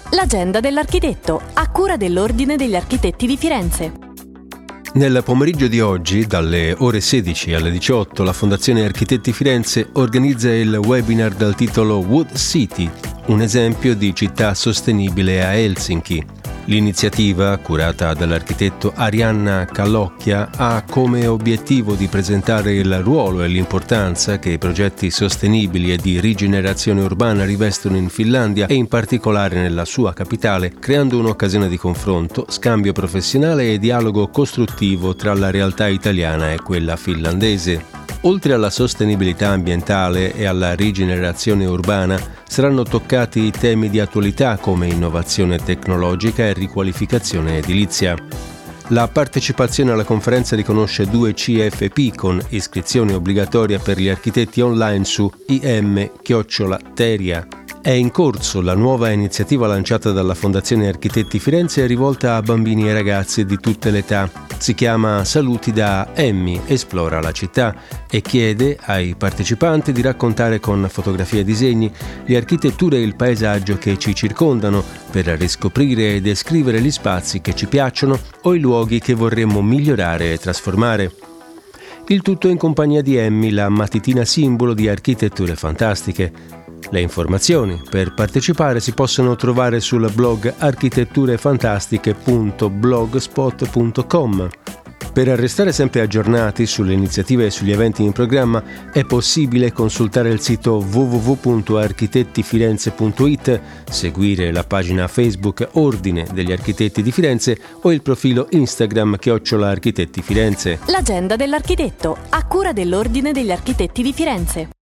L'agenda dell'architetto, a cura dell'Ordine degli Architetti di Firenze. Nel pomeriggio di oggi, dalle ore 16 alle 18, la Fondazione Architetti Firenze organizza il webinar dal titolo Wood City, un esempio di città sostenibile a Helsinki. L'iniziativa, curata dall'architetto Arianna Callocchia, ha come obiettivo di presentare il ruolo e l'importanza che i progetti sostenibili e di rigenerazione urbana rivestono in Finlandia e in particolare nella sua capitale, creando un'occasione di confronto, scambio professionale e dialogo costruttivo tra la realtà italiana e quella finlandese. Oltre alla sostenibilità ambientale e alla rigenerazione urbana, saranno toccati i temi di attualità come innovazione tecnologica e riqualificazione edilizia. La partecipazione alla conferenza riconosce 2 CFP con iscrizione obbligatoria per gli architetti online su im-teria. È in corso la nuova iniziativa lanciata dalla Fondazione Architetti Firenze rivolta a bambini e ragazzi di tutte le età. Si chiama Saluti da Emmy, esplora la città e chiede ai partecipanti di raccontare con fotografie e disegni le architetture e il paesaggio che ci circondano per riscoprire e descrivere gli spazi che ci piacciono o i luoghi che vorremmo migliorare e trasformare. Il tutto in compagnia di Emmy, la mattitina simbolo di architetture fantastiche. Le informazioni per partecipare si possono trovare sul blog architetturefantastiche.blogspot.com. Per restare sempre aggiornati sulle iniziative e sugli eventi in programma è possibile consultare il sito www.architettifirenze.it, seguire la pagina Facebook Ordine degli Architetti di Firenze o il profilo Instagram @Architetti Firenze. L'agenda dell'architetto, a cura dell'Ordine degli Architetti di Firenze.